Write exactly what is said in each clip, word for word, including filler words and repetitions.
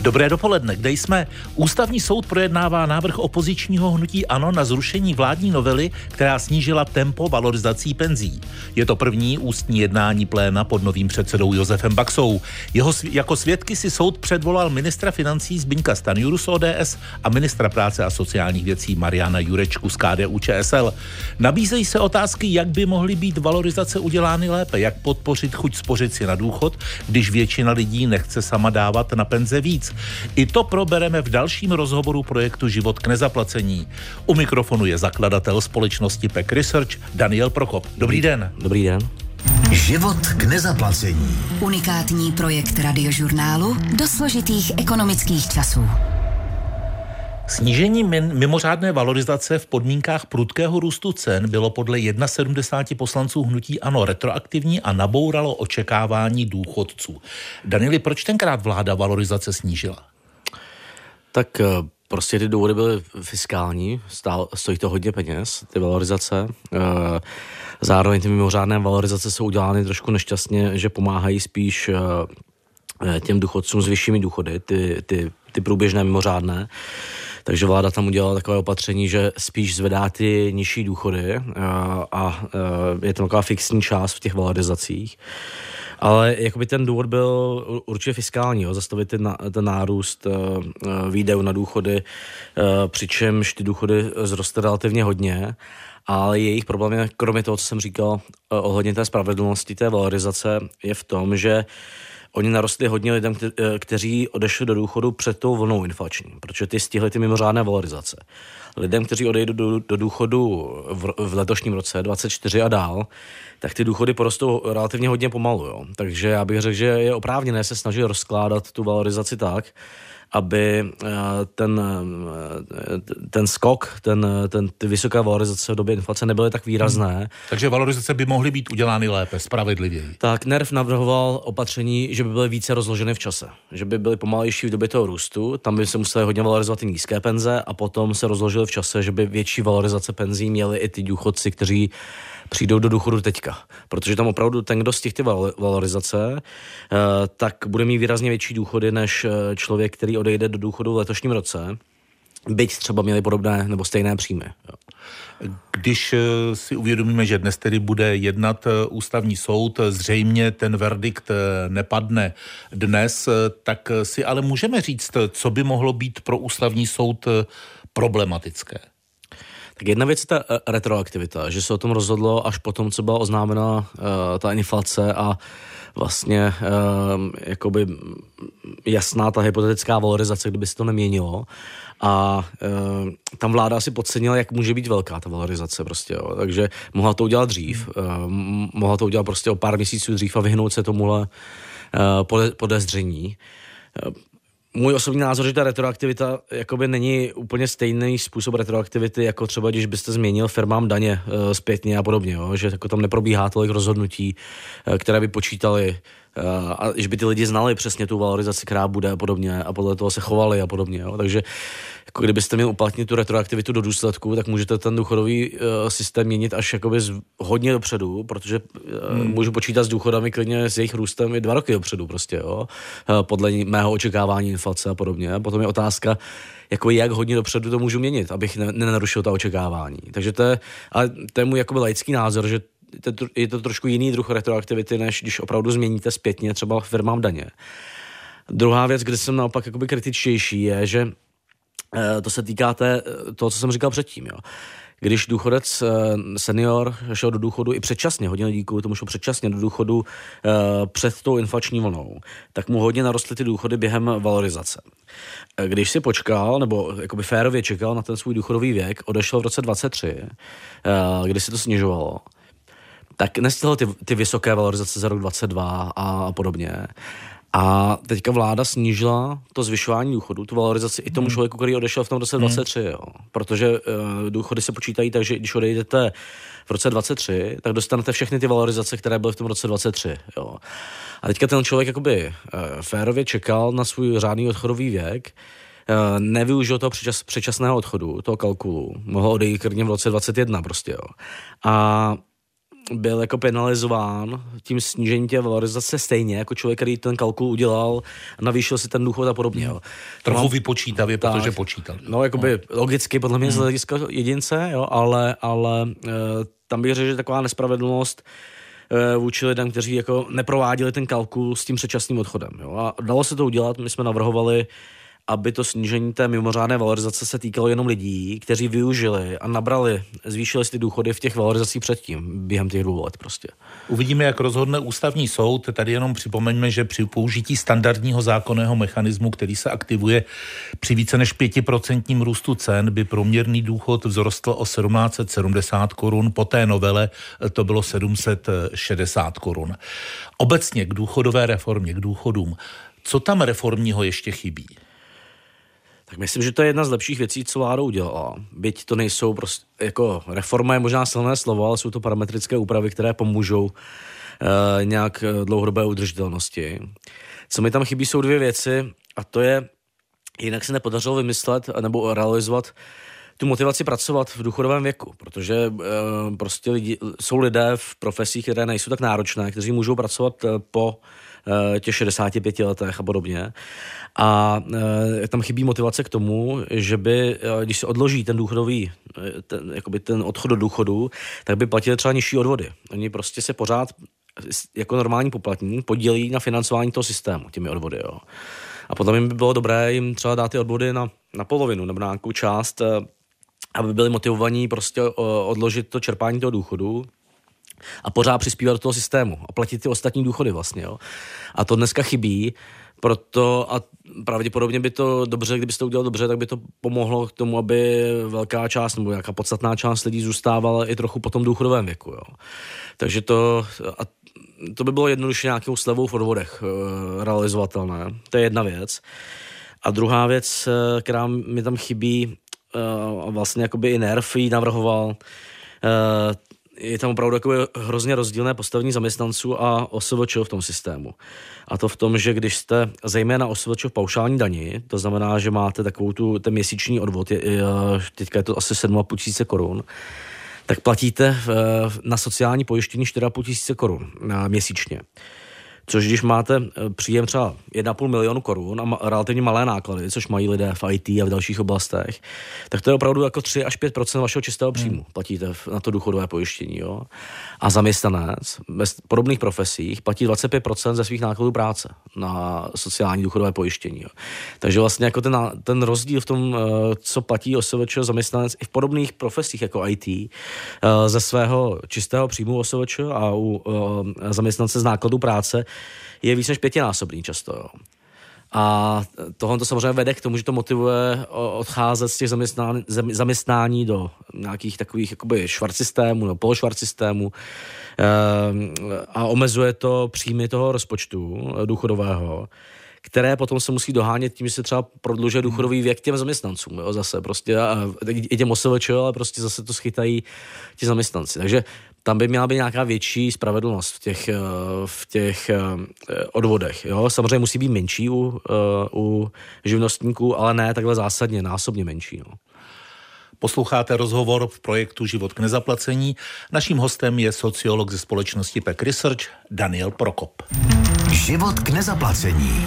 Dobré dopoledne, kde jsme? Ústavní soud projednává návrh opozičního hnutí ANO na zrušení vládní novely, která snížila tempo valorizací penzí. Je to první ústní jednání pléna pod novým předsedou Josefem Baxou. Jeho jako svědky si soud předvolal ministra financí Zbyňka Stanjuru z O D S a ministra práce a sociálních věcí Mariana Jurečku z K D U Č S L. Nabízejí se otázky, jak by mohly být valorizace udělány lépe, jak podpořit chuť spořit si na důchod, když většina lidí nechce sama dávat na penze víc. I to probereme v dalším rozhovoru projektu Život k nezaplacení. U mikrofonu je zakladatel společnosti P E C Research Daniel Prokop. Dobrý den. Dobrý den. Život k nezaplacení. Unikátní projekt radiožurnálu do složitých ekonomických časů. Snížení min- mimořádné valorizace v podmínkách prudkého růstu cen bylo podle sedmdesáti jedna poslanců hnutí ANO retroaktivní a nabouralo očekávání důchodců. Danieli, proč tenkrát vláda valorizace snížila? Tak prostě ty důvody byly fiskální, stál, stojí to hodně peněz, ty valorizace. Zároveň ty mimořádné valorizace jsou udělány trošku nešťastně, že pomáhají spíš těm důchodcům s vyššími důchody, ty, ty, ty průběžné mimořádné. Takže vláda tam udělala takové opatření, že spíš zvedá ty nižší důchody a, a je to taková fixní část v těch valorizacích. Ale jakoby ten důvod byl určitě fiskální, jo, zastavit ten, ten nárůst uh, výdajů na důchody, uh, přičemž ty důchody zrostly relativně hodně, ale jejich problém je, kromě toho, co jsem říkal uh, ohledně té spravedlnosti, té valorizace, je v tom, že oni narostli hodně lidem, kte- kteří odešli do důchodu před tou vlnou inflační, protože ty stihly ty mimořádné valorizace. Lidem, kteří odejdou do, do důchodu v, v letošním roce dvacet čtyři a dál, tak ty důchody porostou relativně hodně pomalu. Jo. Takže já bych řekl, že je oprávněné se snažit rozkládat tu valorizaci tak, aby ten, ten skok, ten, ten, ty vysoké valorizace v době inflace nebyly tak výrazné. Hmm. Takže valorizace by mohly být udělány lépe, spravedlivěji. Tak N E R V navrhoval opatření, že by byly více rozloženy v čase. Že by byly pomalejší v době toho růstu, tam by se musely hodně valorizovat ty nízké penze a potom se rozložily v čase, že by větší valorizace penzí měli i ty důchodci, kteří přijdou do důchodu teďka. Protože tam opravdu ten, kdo stihl ty valorizace, tak bude mít výrazně větší důchody než člověk, který odejde do důchodu v letošním roce, byť třeba měli podobné nebo stejné příjmy. Když si uvědomíme, že dnes tedy bude jednat ústavní soud, zřejmě ten verdikt nepadne dnes, tak si ale můžeme říct, co by mohlo být pro ústavní soud problematické. Tak jedna věc je ta retroaktivita, že se o tom rozhodlo až potom, co byla oznámena uh, ta inflace a vlastně uh, jakoby jasná ta hypotetická valorizace, kdyby se to neměnilo. A uh, tam vláda asi podcenila, jak může být velká ta valorizace prostě, jo. Takže mohla to udělat dřív, uh, mohla to udělat prostě o pár měsíců dřív a vyhnout se tomuhle uh, pode, podezření. Uh, Můj osobní názor, že ta retroaktivita jakoby není úplně stejný způsob retroaktivity, jako třeba když byste změnil firmám daně e, zpětně a podobně, jo? Že jako tam neprobíhá tolik rozhodnutí, e, které by počítali e, a že by ty lidi znali přesně tu valorizaci, která bude a podobně a podle toho se chovali a podobně. Jo? Takže jako kdybyste měl uplatnit tu retroaktivitu do důsledku, tak můžete ten důchodový e, systém měnit až jakoby z, hodně dopředu, protože e, hmm. můžu počítat s důchodami klidně s jejich růstem i dva roky dopředu prostě, jo? E, podle mého očekávání inflace a podobně. A potom je otázka, jako jak hodně dopředu to můžu měnit, abych ne, nenarušil ta očekávání. Takže to je, ale to je můj jakoby laický názor, že je to trošku jiný druh retroaktivity, než když opravdu změníte zpětně třeba firmám daně. Druhá věc, kde jsem naopak jakoby kritičtější, je, že to se týká té, toho, co jsem říkal předtím. Jo. Když důchodec senior šel do důchodu i předčasně, hodně lidí kvůli tomu šel předčasně do důchodu před tou inflační vlnou, tak mu hodně narostly ty důchody během valorizace. Když si počkal, nebo jakoby férově čekal na ten svůj důchodový věk, odešel v roce dvacet tři, kdy se to snižovalo, tak nestihl ty, ty vysoké valorizace za rok dvacet dva a, a podobně. A teďka vláda snížila to zvyšování důchodu, tu valorizaci i tomu hmm. člověku, který odešel v tom roce dvacet tři, jo. Protože uh, důchody se počítají tak, že když odejdete v roce dvacet tři, tak dostanete všechny ty valorizace, které byly v tom roce dvacet tři, jo. A teďka ten člověk jakoby uh, férově čekal na svůj řádný odchodový věk, uh, nevyužil toho předčas, předčasného odchodu, toho kalkulu, mohl odejít klidně v roce dvacet jedna prostě, jo. A byl jako penalizován tím snížením té valorizace stejně jako člověk, který ten kalkul udělal, navýšil si ten důchod a podobně. Jo. Trochu vypočítavě, tak, protože počítal. No, jakoby no. logicky, podle mě hmm. z hlediska jedince, jo, ale, ale e, tam bych řekl, že taková nespravedlnost e, vůči lidem, kteří jako neprováděli ten kalkul s tím předčasným odchodem. Jo. A dalo se to udělat, my jsme navrhovali, aby to snížení té mimořádné valorizace se týkalo jenom lidí, kteří využili a nabrali, zvýšili si ty důchody v těch valorizacích předtím, během těch dvou let prostě. Uvidíme, jak rozhodne ústavní soud. Tady jenom připomeňme, že při použití standardního zákonného mechanismu, který se aktivuje při více než pětiprocentním růstu cen, by průměrný důchod vzrostl o sedmnáct set sedmdesát korun, po té novele to bylo sedm set šedesát korun. Obecně k důchodové reformě, k důchodům, co tam reformního ještě chybí? Tak myslím, že to je jedna z lepších věcí, co vláda udělala. Byť to nejsou prostě, jako reforma je možná silné slovo, ale jsou to parametrické úpravy, které pomůžou e, nějak dlouhodobé udržitelnosti. Co mi tam chybí, jsou dvě věci a to je, jinak se nepodařilo vymyslet nebo realizovat tu motivaci pracovat v důchodovém věku, protože e, prostě lidi, jsou lidé v profesích, které nejsou tak náročné, kteří můžou pracovat po těch šedesáti pěti letech a podobně. A e, tam chybí motivace k tomu, že by, e, když se odloží ten důchodový, ten, jakoby ten odchod do důchodu, tak by platili třeba nižší odvody. Oni prostě se pořád jako normální poplatník podělí na financování toho systému těmi odvody. Jo. A potom jim by bylo dobré jim třeba dát ty odvody na, na polovinu nebo na nějakou část, e, aby byli motivovaní prostě o, odložit to čerpání toho důchodu a pořád přispívat do toho systému a platit ty ostatní důchody vlastně. Jo. A to dneska chybí, proto a pravděpodobně by to dobře, kdyby to udělal dobře, tak by to pomohlo k tomu, aby velká část nebo nějaká podstatná část lidí zůstávala i trochu po tom důchodovém věku. Jo. Takže to, a to by bylo jednoduše nějakou slevou v odvodech e, realizovatelné. To je jedna věc. A druhá věc, která mi tam chybí, e, vlastně jakoby i NERV ji navrhoval, e, je tam opravdu takové hrozně rozdílné postavení zaměstnanců a O S V Č v tom systému. A to v tom, že když jste zejména O S V Č v paušální dani, to znamená, že máte takovou tu, ten měsíční odvod, je, je, teďka je to asi sedm a půl tisíce korun, tak platíte na sociální pojištění čtyři a půl tisíce korun měsíčně. Což když máte příjem třeba jedna a půl milionu korun a relativně malé náklady, což mají lidé v í té a v dalších oblastech, tak to je opravdu jako tři až pět procent vašeho čistého příjmu. Hmm. Platíte na to důchodové pojištění. Jo? A zaměstnanec bez podobných profesích platí dvacet pět procent ze svých nákladů práce na sociální důchodové pojištění. Jo? Takže vlastně jako ten, ten rozdíl v tom, co platí O S V Č zaměstnanec i v podobných profesích jako í té ze svého čistého příjmu O S V Č a u zaměstnance z nákladů práce je víc než pětinásobný často. Jo. A tohle to samozřejmě vede k tomu, že to motivuje odcházet z těch zaměstnání, zaměstnání do nějakých takových jakoby švarcsystémů nebo pološvarcsystémů a omezuje to příjmy toho rozpočtu důchodového, které potom se musí dohánět tím, že se třeba prodlužuje důchodový věk těm zaměstnancům. Jo, zase prostě i těm O S V Č, ale prostě zase to schytají ti zaměstnanci. Takže tam by měla být nějaká větší spravedlnost v těch, v těch odvodech. Jo? Samozřejmě musí být menší u, u živnostníků, ale ne takhle zásadně, násobně menší. No. Posloucháte rozhovor v projektu Život k nezaplacení. Naším hostem je sociolog ze společnosti P E C Research Daniel Prokop. Život k nezaplacení.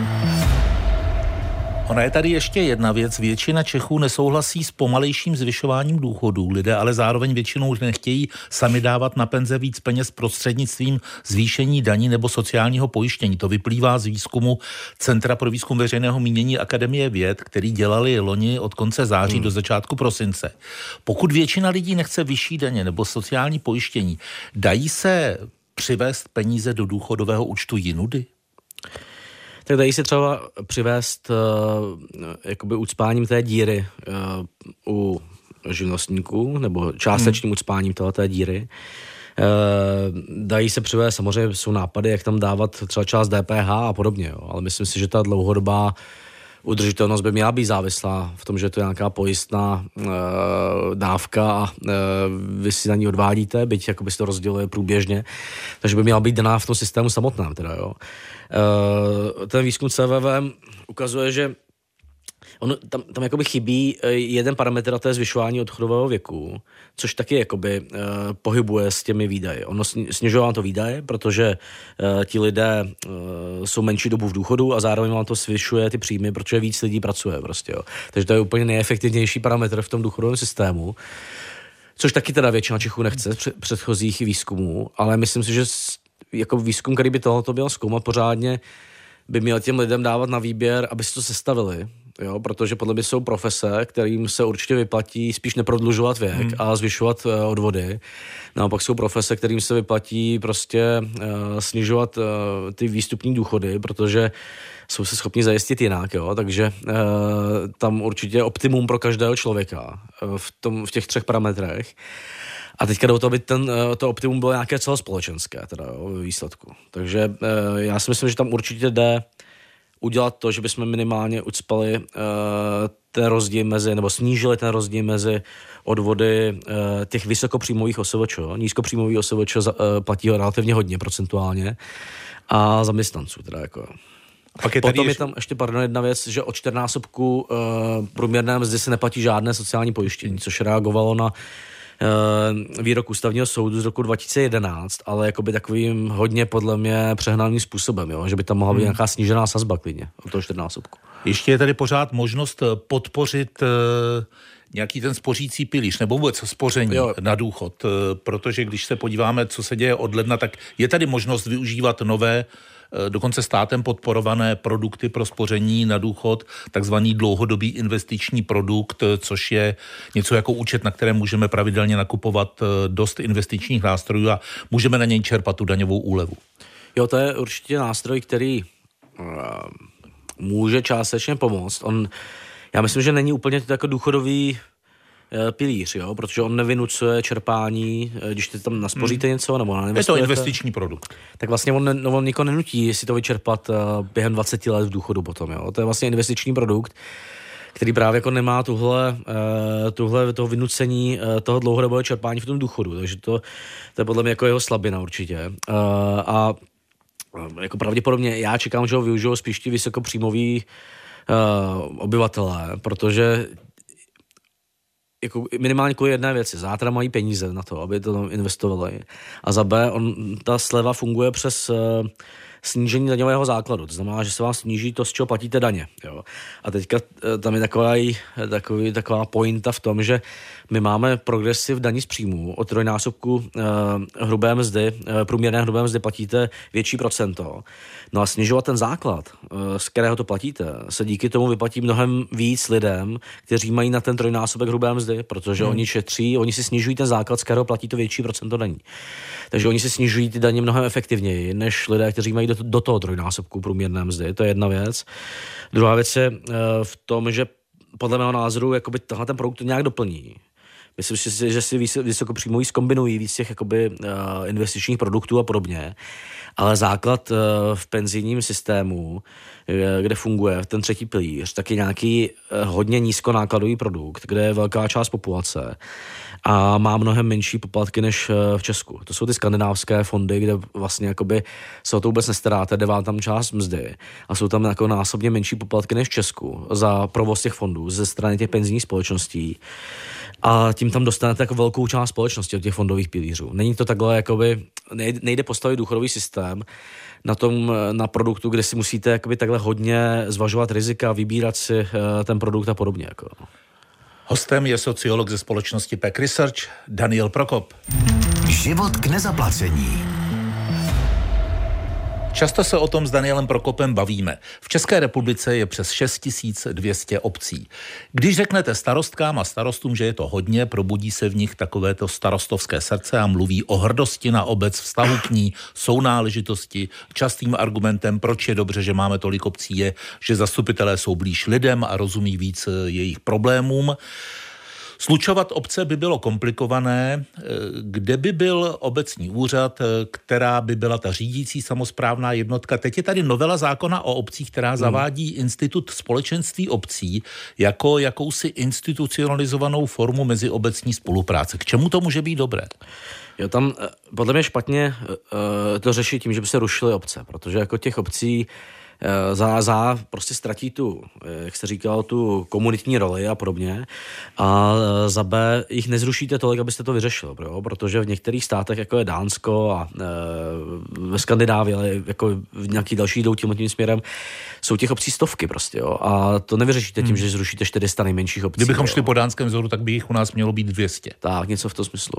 Ona je tady ještě jedna věc. Většina Čechů nesouhlasí s pomalejším zvyšováním důchodů. Lidé ale zároveň většinou nechtějí sami dávat na penze víc peněz prostřednictvím zvýšení daní nebo sociálního pojištění. To vyplývá z výzkumu Centra pro výzkum veřejného mínění Akademie věd, který dělali loni od konce září hmm. do začátku prosince. Pokud většina lidí nechce vyšší daně nebo sociální pojištění, dají se přivést peníze do důchodového účtu jinudy? Tak dají se třeba přivést uh, jakoby ucpáním té díry uh, u živnostníků nebo částečným hmm. ucpáním té díry. Uh, dají se přivést, samozřejmě jsou nápady, jak tam dávat třeba část D P H a podobně, jo. Ale myslím si, že ta dlouhodobá udržitelnost by měla být závislá v tom, že to je nějaká pojistná e, dávka a e, vy si na ní odvádíte, byť jakoby se to rozděluje průběžně, takže by měla být daná v tom systému samotném. Teda, jo. E, ten výzkum C V V ukazuje, že On, tam, tam jakoby chybí jeden parametr, a to je zvyšování odchodového věku, což taky jakoby uh, pohybuje s těmi výdaji. Ono snižuje vám to výdaje, protože uh, ti lidé uh, jsou menší dobu v důchodu a zároveň vám to zvyšuje ty příjmy, protože víc lidí pracuje prostě, jo. Takže to je úplně nejefektivnější parametr v tom důchodovém systému, což taky teda většina Čechů nechce z předchozích výzkumů, ale myslím si, že jako výzkum, který by tohoto měl zkoumat pořádně, by měl těm lidem dávat na výběr, aby si to sestavili, jo, protože podle mě jsou profese, kterým se určitě vyplatí spíš neprodlužovat věk hmm. a zvyšovat uh, odvody. Naopak jsou profese, kterým se vyplatí prostě uh, snižovat uh, ty výstupní důchody, protože jsou se schopni zajistit jinak, jo, takže uh, tam určitě je optimum pro každého člověka uh, v, tom, v těch třech parametrech. A teďka do toho, aby ten, to optimum bylo nějaké celospolečenské teda, jo, v výsledku. Takže e, já si myslím, že tam určitě jde udělat to, že bychom minimálně ucpali e, ten rozdíl mezi, nebo snížili ten rozdíl mezi odvody e, těch vysokopříjmových O S V Č. Nízkopříjmový O S V Č za, e, platí ho relativně hodně procentuálně a zaměstnanců teda jako. Pak je Potom je tam ještě, pardon, jedna věc, že od čtyřnásobku e, průměrné mzdy se neplatí žádné sociální pojištění, což reagovalo na výrok ústavního soudu z roku dva tisíce jedenáct, ale jakoby takovým hodně podle mě přehnaným způsobem, jo? Že by tam mohla být hmm. nějaká snížená sazba klidně od toho čtyřnásobku. Ještě je tady pořád možnost podpořit uh, nějaký ten spořící pilíř, nebo vůbec spoření jo. na důchod, uh, protože když se podíváme, co se děje od ledna, tak je tady možnost využívat nové dokonce státem podporované produkty pro spoření na důchod, takzvaný dlouhodobý investiční produkt, což je něco jako účet, na kterém můžeme pravidelně nakupovat dost investičních nástrojů a můžeme na něj čerpat tu daňovou úlevu. Jo, to je určitě nástroj, který uh, může částečně pomoct. On, já myslím, že není úplně to jako důchodový pilíř, jo, protože on nevynucuje čerpání, když ty tam naspoříte hmm. něco, nebo je to investiční produkt. Tak vlastně on, no, on nikoho nenutí si to vyčerpat uh, během dvaceti let v důchodu potom, jo. To je vlastně investiční produkt, který právě jako nemá tuhle, uh, tuhle toho vynucení uh, toho dlouhodobého čerpání v tom důchodu, takže to, to je podle mě jako jeho slabina určitě. Uh, a uh, jako pravděpodobně já čekám, že ho využijou spíš ti vysokopříjmoví uh, obyvatelé, protože jako minimálně kvůli jedné věci. Za teda mají peníze na to, aby to investovali. A za B, on, ta sleva funguje přes uh, snížení daňového základu. To znamená, že se vám sníží to, z čeho platíte daně. Jo. A teďka uh, tam je taková, takový, taková pointa v tom, že my máme progresiv daní z příjmů. Od trojnásobku uh, hrubé mzdy, uh, průměrné hrubé mzdy platíte větší procento. No a snižovat ten základ, uh, z kterého to platíte, se díky tomu vyplatí mnohem víc lidem, kteří mají na ten trojnásobek hrubé mzdy, protože hmm. oni šetří, oni si snižují ten základ, z kterého platí to větší procento daní. Takže oni si snižují ty daně mnohem efektivněji, než lidé, kteří mají do, do toho trojnásobku průměrné mzdy. To je jedna věc. Druhá věc je uh, v tom, že podle mého názoru jakoby tohle ten produkt to nějak doplní. Myslím si, že si vysokopříjmoví zkombinují víc těch jakoby, uh, investičních produktů a podobně, ale základ uh, v penzijním systému, uh, kde funguje ten třetí pilíř, tak je nějaký uh, hodně nízkonákladový produkt, kde je velká část populace a má mnohem menší poplatky než uh, v Česku. To jsou ty skandinávské fondy, kde vlastně jakoby se o to vůbec nestaráte, dává tam část mzdy a jsou tam jako násobně menší poplatky než v Česku za provoz těch fondů ze strany těch penzijních společností. A tím tam dostanete jako velkou část společnosti od těch fondových pilířů. Není to takhle, jakoby, nejde postavit důchodový systém na tom, na produktu, kde si musíte jakoby takhle hodně zvažovat rizika, vybírat si ten produkt a podobně. Jako. Hostem je sociolog ze společnosti P E C Research Daniel Prokop. Život k nezaplacení. Často se o tom s Danielem Prokopem bavíme. V České republice je přes šest tisíc dvě stě obcí. Když řeknete starostkám a starostům, že je to hodně, probudí se v nich takovéto starostovské srdce a mluví o hrdosti na obec, vztahu k ní, sounáležitosti. Častým argumentem, proč je dobře, že máme tolik obcí, je, že zastupitelé jsou blíž lidem a rozumí víc jejich problémům. Slučovat obce by bylo komplikované, kde by byl obecní úřad, která by byla ta řídící samosprávná jednotka. Teď je tady novela zákona o obcích, která zavádí institut společenství obcí jako jakousi institucionalizovanou formu meziobecní spolupráce. K čemu to může být dobré? Jo, tam podle mě špatně to řeší tím, že by se rušily obce, protože jako těch obcí za, za prostě ztratí tu, jak se říkal, tu komunitní roli a podobně a za B jich nezrušíte tolik, abyste to vyřešili, jo? Protože v některých státech, jako je Dánsko a e, ve Skandinávii, ale jako v nějakých dalších jdou tím směrem, jsou těch obcí stovky prostě, jo? A to nevyřešíte tím, hmm. že zrušíte čtyři sta nejmenších obcí. Kdybychom jo? šli po dánském vzoru, tak by jich u nás mělo být dvě stě. Tak, něco v tom smyslu.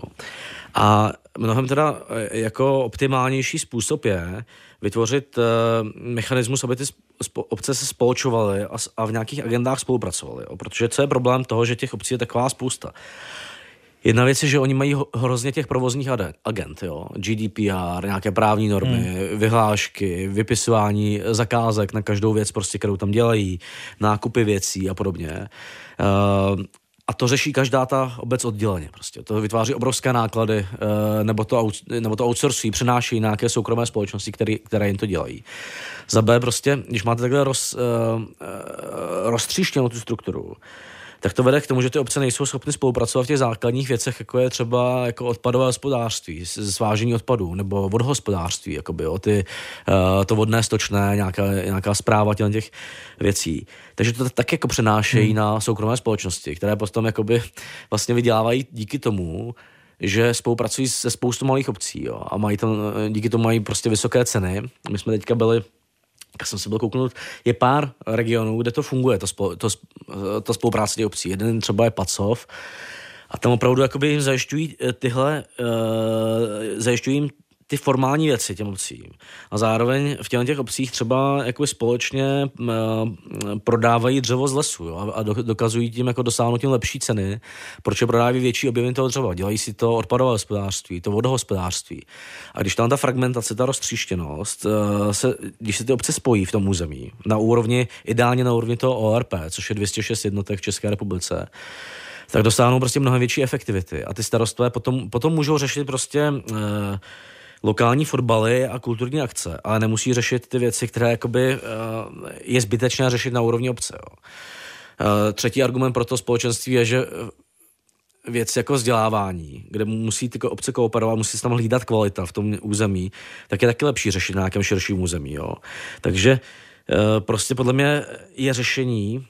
A mnohem teda jako optimálnější způsob je vytvořit uh, mechanismus, aby ty spo- obce se spolčovaly a, a v nějakých agendách spolupracovaly. Jo? Protože co je problém toho, že těch obcí je taková spousta. Jedna věc je, že oni mají hrozně těch provozních agent, jo? G D P R, nějaké právní normy, hmm. vyhlášky, vypisování zakázek na každou věc, prostě, kterou tam dělají, nákupy věcí a podobně. Uh, A to řeší každá ta obec odděleně. Prostě. To vytváří obrovské náklady, nebo to, nebo to outsourcují, přenáší nějaké soukromé společnosti, které, které jim to dělají. Za B prostě, když máte takhle roz, roztříštěnou tu strukturu, tak to vede k tomu, že ty obce nejsou schopny spolupracovat v těch základních věcech, jako je třeba jako odpadové hospodářství, svážení odpadů, nebo vodohospodářství, jakoby, jo, ty, to vodné, stočné, nějaká, nějaká správa těch věcí. Takže to tak jako přenášejí hmm. na soukromé společnosti, které potom jakoby vlastně vydělávají díky tomu, že spolupracují se spoustu malých obcí, jo, a mají tam, díky tomu mají prostě vysoké ceny. My jsme teďka byli, jak jsem se byl kouknout, je pár regionů, kde to funguje, to, spol, to, to spolupráce těch obcí. Jeden třeba je Pacov a tam opravdu jakoby jim zajišťují tyhle, uh, zajišťují jim ty formální věci těm obcím. A zároveň v těch, těch obcích třeba jakoby společně uh, prodávají dřevo z lesu, jo, a do, dokazují tím jako dosáhnout tím lepší ceny, protože prodávají větší objemy toho dřeva. Dělají si to odpadové hospodářství, to vodohospodářství. A když tam ta fragmentace, ta roztříštěnost, uh, se, když se ty obce spojí v tom území, na úrovni, ideálně na úrovni toho O R P, což je dvě stě šest jednotek v České republice, tak dosáhnou prostě mnohem větší efektivity. A ty starostové potom, potom můžou řešit prostě uh, lokální fotbaly a kulturní akce, ale nemusí řešit ty věci, které jakoby, uh, je zbytečné řešit na úrovni obce. Jo. Uh, třetí argument pro to společenství je, že věci jako vzdělávání, kde musí ty obce kooperovat, musí se tam hlídat kvalita v tom území, tak je taky lepší řešit na nějakém širším území. Jo. Takže uh, prostě podle mě je řešení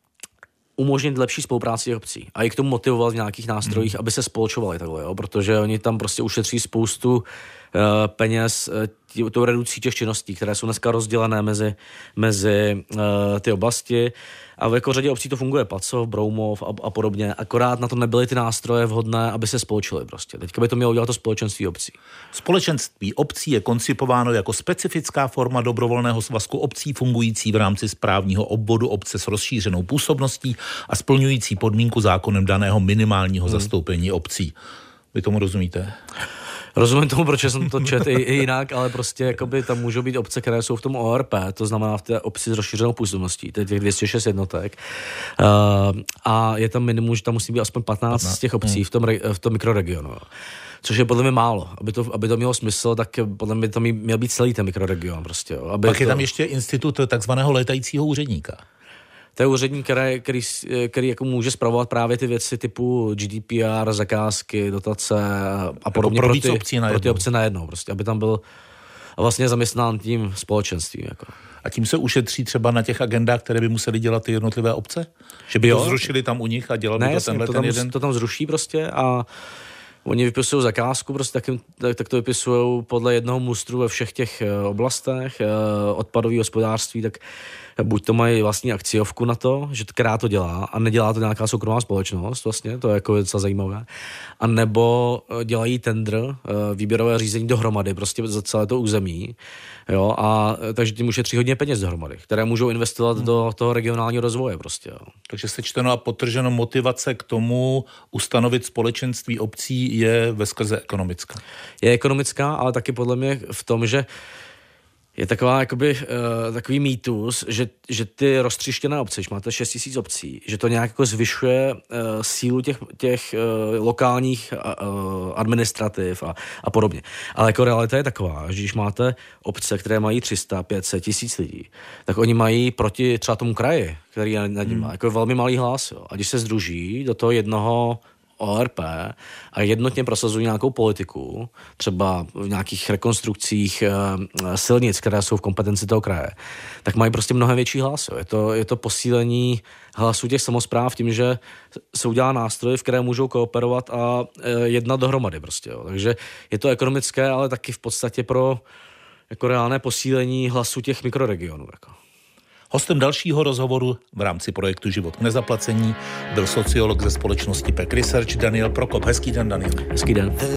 umožnit lepší spolupráci těch obcí a i k tomu motivovat v nějakých nástrojích, hmm. aby se spolčovali takhle, jo? Protože oni tam prostě ušetří spoustu uh, peněz uh, tou reducí těch činností, které jsou dneska rozdělené mezi, mezi uh, ty oblasti a v jako řadě obcí to funguje, Pacov, Broumov a, a podobně, akorát na to nebyly ty nástroje vhodné, aby se spolčili prostě. Teďka by to mělo udělat to společenství obcí. Společenství obcí je koncipováno jako specifická forma dobrovolného svazku obcí fungující v rámci správního obvodu obce s rozšířenou působností a splňující podmínku zákonem daného minimálního hmm. zastoupení obcí. Vy tomu rozumíte? Rozumím tomu, proč jsem to čet i, i jinak, ale prostě jakoby tam můžou být obce, které jsou v tom O R P, to znamená v té obci s rozšířenou působností, to je těch dvě stě šest jednotek. Uh, a je tam minimum, že tam musí být aspoň patnáct z těch obcí v tom, v tom mikroregionu. Což je podle mě málo. Aby to, aby to mělo smysl, tak podle mě to měl být celý ten mikroregion. Prostě, jo. Aby Pak to... je tam ještě institut takzvaného létajícího úředníka. To je úředník, který, který, který jako může spravovat právě ty věci typu G D P R, zakázky, dotace a podobně jako pro, pro, ty, obcí pro ty obce najednou. Prostě, aby tam byl vlastně zaměstnán tím společenstvím. Jako. A tím se ušetří třeba na těch agendách, které by museli dělat ty jednotlivé obce? Že by jo. to zrušili tam u nich a dělali ne, to tenhle to ten tam, jeden? to tam zruší prostě a oni vypisují zakázku, prostě tak, tak, tak to vypisují podle jednoho mustru ve všech těch oblastech, odpadové hospodářství, tak buď to mají vlastní akciovku na to, že která to dělá a nedělá to nějaká soukromá společnost, vlastně, to je jako docela zajímavé, a nebo dělají tender, výběrové řízení dohromady, prostě za celé to území, jo, a takže tím ušetří hodně peněz dohromady, které můžou investovat hmm. do toho regionálního rozvoje prostě, jo. Takže sečteno a podtrženo motivace k tomu ustanovit společenství obcí je veskrze ekonomická. Je ekonomická, ale taky podle mě v tom, že je taková, jakoby, uh, takový mýtus, že, že ty roztříštěné obce, když máte šest tisíc obcí, že to nějak jako zvyšuje uh, sílu těch, těch uh, lokálních uh, administrativ a, a podobně. Ale jako realita je taková, že když máte obce, které mají tři sta, pět set tisíc lidí, tak oni mají proti třeba tomu kraji, který je nad nimi, hmm. jako velmi malý hlas. Jo. A když se sdruží do toho jednoho O R P a jednotně prosazují nějakou politiku, třeba v nějakých rekonstrukcích silnic, které jsou v kompetenci toho kraje, tak mají prostě mnohem větší hlas. Jo. Je to, je to posílení hlasu těch samospráv tím, že se udělá nástroj, v které můžou kooperovat a jednat dohromady prostě. Jo. Takže je to ekonomické, ale taky v podstatě pro jako reálné posílení hlasu těch mikroregionů. Jako. Hostem dalšího rozhovoru v rámci projektu Život k nezaplacení byl sociolog ze společnosti P E C Research Daniel Prokop. Hezký den, Daniel. Hezký den.